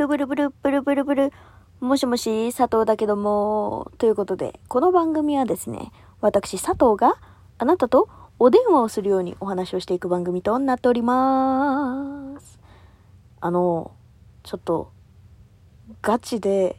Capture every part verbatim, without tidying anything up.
ルブルブルブルブルブル。もしもし、佐藤だけども。ということで、この番組はですね、私佐藤があなたとお電話をするようにお話をしていく番組となっております。あの、ちょっと、ガチで、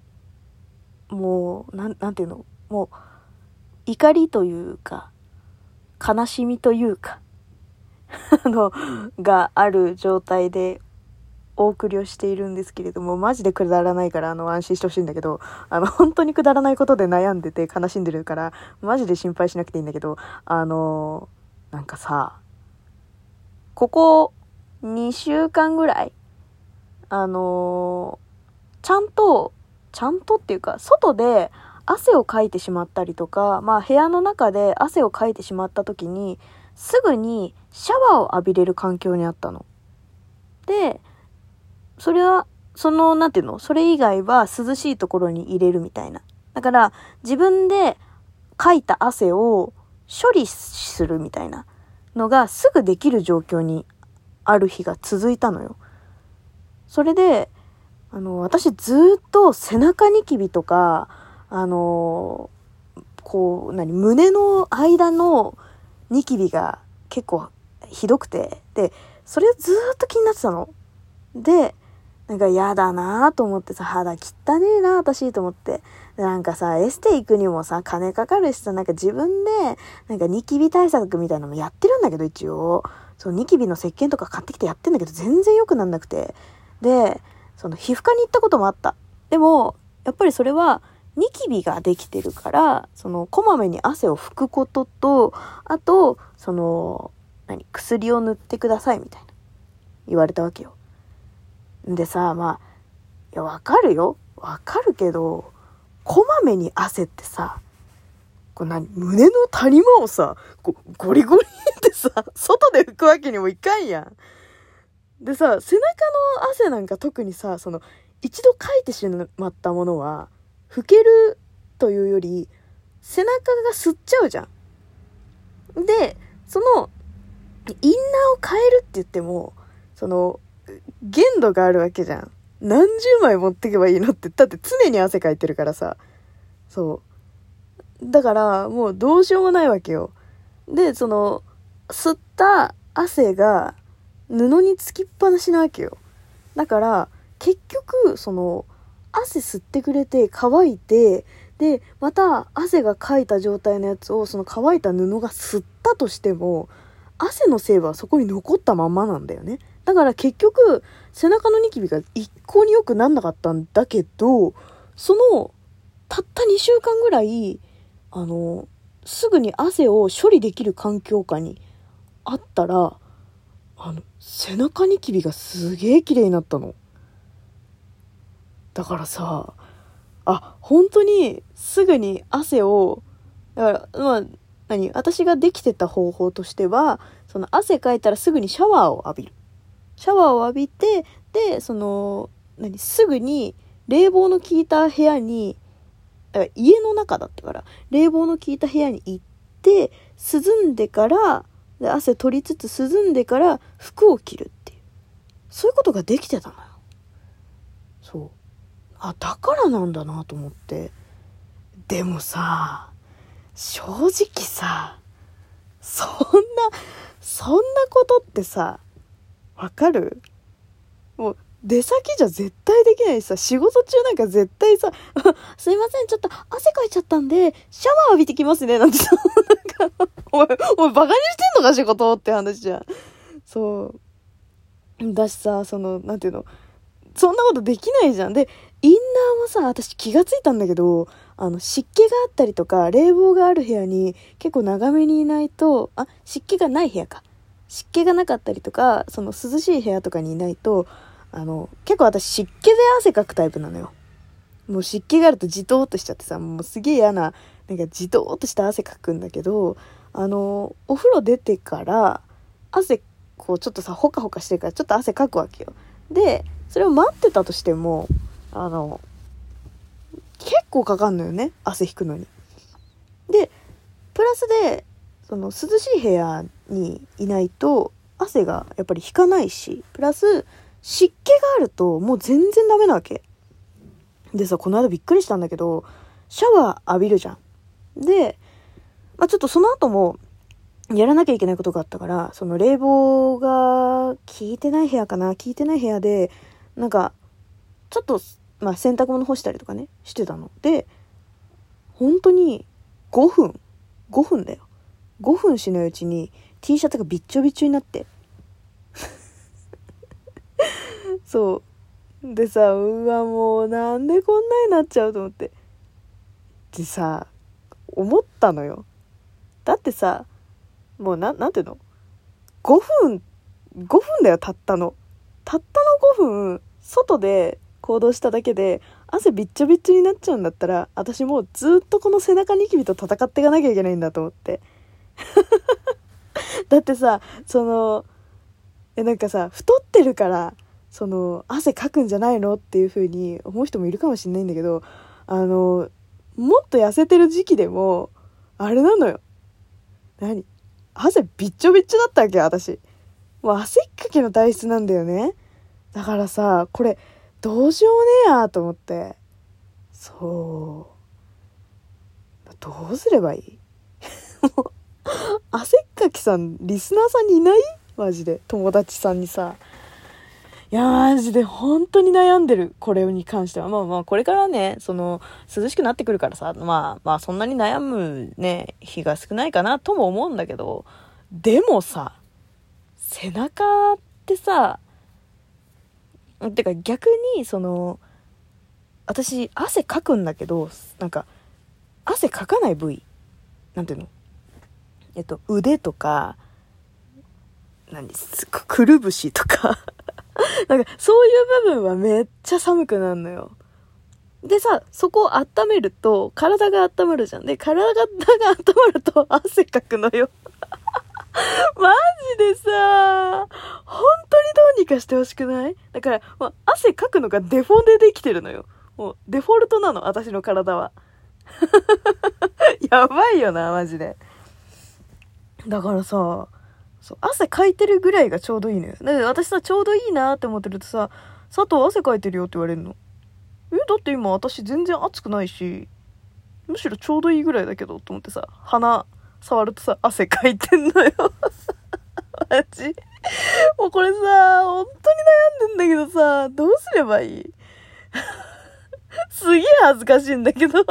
もう、なん、なんていうの、もう、怒りというか、悲しみというか、あの、がある状態でお送りをしているんですけれども、マジでくだらないから、あの、安心してほしいんだけど、あの、本当にくだらないことで悩んでて悲しんでるから、マジで心配しなくていいんだけど、あの、なんかさ、ここにしゅうかんぐらい、あの、ちゃんと、ちゃんとっていうか、外で汗をかいてしまったりとか、まあ部屋の中で汗をかいてしまった時に、すぐにシャワーを浴びれる環境にあったの。で、それは、その、なんていうの？それ以外は涼しいところに入れるみたいな。だから、自分でかいた汗を処理するみたいなのがすぐできる状況にある日が続いたのよ。それで、あの、私ずっと背中ニキビとか、あの、こう、何、胸の間のニキビが結構ひどくて、で、それをずっと気になってたの。で、なんか嫌だなと思ってさ、肌汚ねえな私と思って。なんかさ、エステ行くにもさ、金かかるしさ、なんか自分で、なんかニキビ対策みたいなのもやってるんだけど、一応。そう、ニキビの石鹸とか買ってきてやってんだけど、全然良くなんなくて。で、その皮膚科に行ったこともあった。でも、やっぱりそれは、ニキビができてるから、その、こまめに汗を拭くことと、あと、その、何、薬を塗ってくださいみたいな、言われたわけよ。でさ、まあ、いや、わかるよ。わかるけど、こまめに汗ってさ、こう何、胸の谷間をさ、こゴリゴリってさ、外で拭くわけにもいかんやん。でさ、背中の汗なんか特にさ、その、一度かいてしまったものは、拭けるというより、背中が吸っちゃうじゃん。で、その、インナーを変えるって言っても、その、限度があるわけじゃん。何十枚持ってけばいいのって。だって常に汗かいてるからさ。そう。だから、もうどうしようもないわけよ。で、その、吸った汗が布につきっぱなしなわけよ。だから、結局、その、汗吸ってくれて乾いて、で、また汗がかいた状態のやつを、その乾いた布が吸ったとしても、汗の成分はそこに残ったまんまなんだよね。だから結局、背中のニキビが一向に良くなんなかったんだけど、その、たったにしゅうかんぐらい、あの、すぐに汗を処理できる環境下にあったら、あの、背中ニキビがすげえ綺麗になったの。だからさ、あ、本当にすぐに汗を、だから、まあ、何私ができてた方法としては、その汗かいたらすぐにシャワーを浴びる。シャワーを浴びて、で、その、何すぐに冷房の効いた部屋に、だから家の中だったから、冷房の効いた部屋に行って、涼んでから、で汗取りつつ涼んでから服を着るっていう。そういうことができてたのよ。そう。あ、だからなんだなと思って。でもさ、正直さ、そんな、そんなことってさ、わかる？もう、出先じゃ絶対できないしさ、仕事中なんか絶対さ、すいません、ちょっと汗かいちゃったんで、シャワー浴びてきますね、なんてさ、なんか、お前、お前バカにしてんのか仕事って話じゃん。そう。だしさ、その、なんていうの、そんなことできないじゃん。で、インナーもさ、私気がついたんだけど、あの、湿気があったりとか、冷房がある部屋に結構長めにいないと、あ、湿気がない部屋か。湿気がなかったりとか、その涼しい部屋とかにいないと、あの、結構私湿気で汗かくタイプなのよ。もう湿気があるとじとーっとしちゃってさ、もうすげえ嫌な、なんかじとーっとした汗かくんだけど、あの、お風呂出てから、汗、こうちょっとさ、ほかほかしてるからちょっと汗かくわけよ。で、それを待ってたとしても、あの、結構かかんのよね、汗引くのに。で、プラスで、その涼しい部屋にいないと汗がやっぱり引かないし、プラス湿気があるともう全然ダメなわけでさ、この間びっくりしたんだけど、シャワー浴びるじゃん。で、まあ、ちょっとその後もやらなきゃいけないことがあったから、その冷房が効いてない部屋かな、効いてない部屋でなんかちょっと、まあ、洗濯物干したりとかねしてたので、本当にごふんごふんだよ、ごふんしないうちに T シャツがびっちょびちょになってそうでさ、うわもうなんでこんなになっちゃうと思ってでさ、思ったのよ。だってさ、もうな、なんていうの、ごふんごふんだよ、たったのたったのごふん外で行動しただけで汗びっちょびっちょになっちゃうんだったら、私もうずっとこの背中ニキビと戦っていかなきゃいけないんだと思ってだってさ、そのえなんかさ、太ってるからその汗かくんじゃないのっていう風に思う人もいるかもしれないんだけど、あのもっと痩せてる時期でもあれなのよ、何、汗びっちょびっちょだったわけよ私。もう汗っかきの体質なんだよね。だからさ、これどうしようもねえやと思って、そうどうすればいい汗っかきさんリスナーさんにいない？マジで友達さんにさ、いやマジで本当に悩んでる、これに関しては。まあまあこれからね、その涼しくなってくるからさ、まあまあそんなに悩むね日が少ないかなとも思うんだけど、でもさ、背中ってさ、てか逆にその私汗かくんだけど、なんか汗かかない部位、なんていうの、えっと腕とか何くるぶしとかなんかそういう部分はめっちゃ寒くなるのよ。でさ、そこを温めると体が温まるじゃん。で体が温まると汗かくのよマジでさ、本当にどうにかしてほしくない？だから、まあ、汗かくのがデフォでできてるのよ。もうデフォルトなの、私の体はやばいよなマジで。だからさ、そう汗かいてるぐらいがちょうどいいのよ。だから私さ、ちょうどいいなって思ってるとさ、佐藤汗かいてるよって言われるの。え、だって今私全然暑くないし、むしろちょうどいいぐらいだけどと思ってさ、鼻触るとさ、汗かいてんのよマジもうこれさ、本当に悩んでんだけどさ、どうすればいいすげえ恥ずかしいんだけど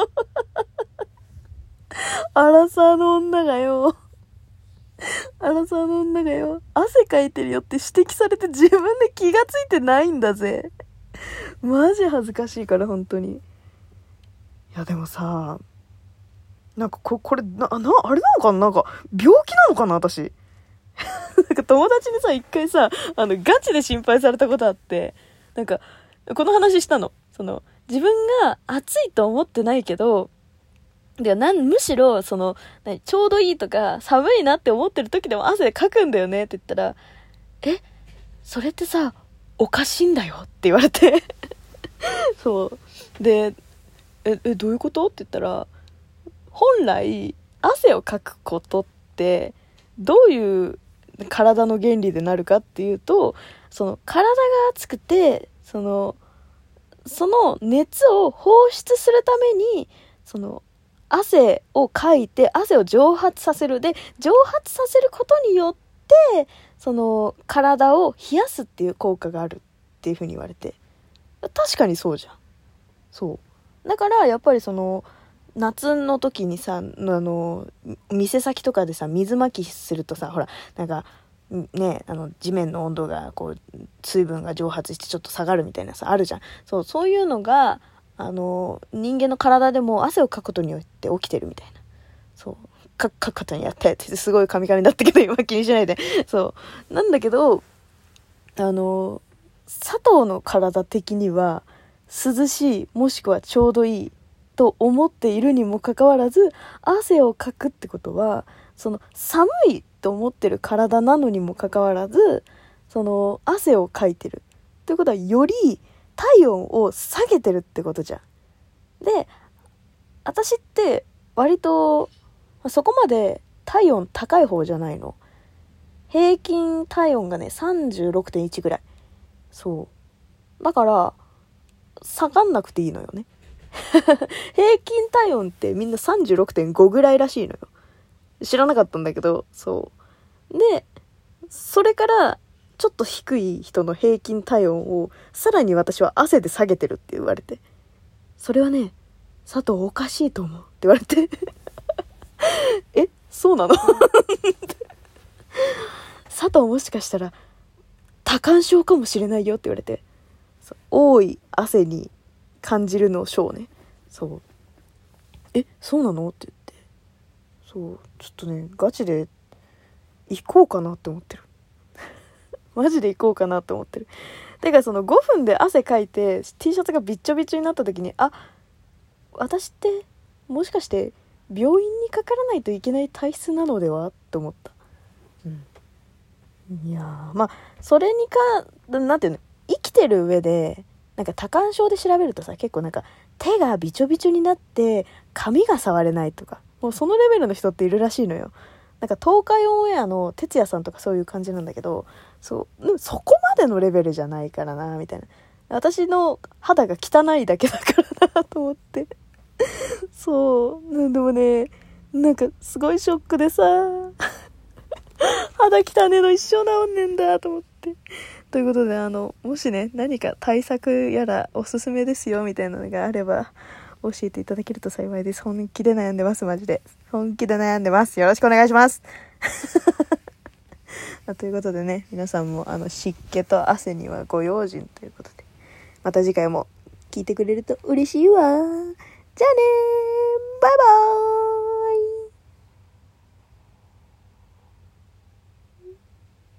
アラサーの女がよアラサーの女がよ、汗かいてるよって指摘されて自分で気がついてないんだぜ。マジ恥ずかしいから本当に。いやでもさ、なんかここれななあれなのかな、なんか病気なのかな私なんか友達にさ一回さ、あのガチで心配されたことあって、なんかこの話したの。その自分が暑いと思ってないけど、でなんむしろその何ちょうどいいとか寒いなって思ってる時でも汗かくんだよねって言ったら、えそれってさおかしいんだよって言われてそうで、ええどういうことって言ったら、本来汗をかくことってどういう体の原理でなるかっていうと、その体が熱くてそのその熱を放出するためにその汗をかいて汗を蒸発させる。で蒸発させることによってその体を冷やすっていう効果があるっていう風に言われて、確かにそうじゃん。そうだからやっぱりその夏の時にさ、あの店先とかでさ水まきするとさ、ほらなんかね、あの地面の温度がこう水分が蒸発してちょっと下がるみたいなさあるじゃん。そうそういうのがあの人間の体でも汗をかくことによって起きてるみたいな。そうかかくことにやったやってすごいカミカミだったけど今気にしないでそうなんだけど、あの佐藤の体的には涼しいもしくはちょうどいいと思っているにもかかわらず、汗をかくってことはその寒いと思ってる体なのにもかかわらずその汗をかいてるってことはより体温を下げてるってことじゃん。で私って割とそこまで体温高い方じゃないの。平均体温がね さんじゅうろくてんいち ぐらい。 そうだから下がんなくていいのよね平均体温ってみんな さんじゅうろくてんご ぐらいらしいのよ。知らなかったんだけど、そうでそれからちょっと低い人の平均体温をさらに私は汗で下げてるって言われて、それはね佐藤おかしいと思うって言われてえそうなの佐藤もしかしたら多汗症かもしれないよって言われて、そう多い汗に感じるの症ね。そうえそうなのって言って、そうちょっとねガチで行こうかなって思ってるマジで行こうかなって思ってる。てかそのごふんで汗かいて T シャツがびっちょびちょになった時に、あ私ってもしかして病院にかからないといけない体質なのではって思った。うんいやーまあそれにかなんていうの、生きてる上でなんか多汗症で調べるとさ、結構なんか手がびちょびちょになって髪が触れないとか、もうそのレベルの人っているらしいのよ。なんか東海オンエアの哲也さんとかそういう感じなんだけど、そうでもそこまでのレベルじゃないからなみたいな。私の肌が汚いだけだからなと思ってそうでもねなんかすごいショックでさ肌汚ねえの一生治んねんだと思って。ということで、あのもしね何か対策やらおすすめですよみたいなのがあれば教えていただけると幸いです。本気で悩んでます。マジで本気で悩んでます。よろしくお願いしますということでね、皆さんもあの湿気と汗にはご用心ということで、また次回も聞いてくれると嬉しいわ。じゃあねー、バイバーイ。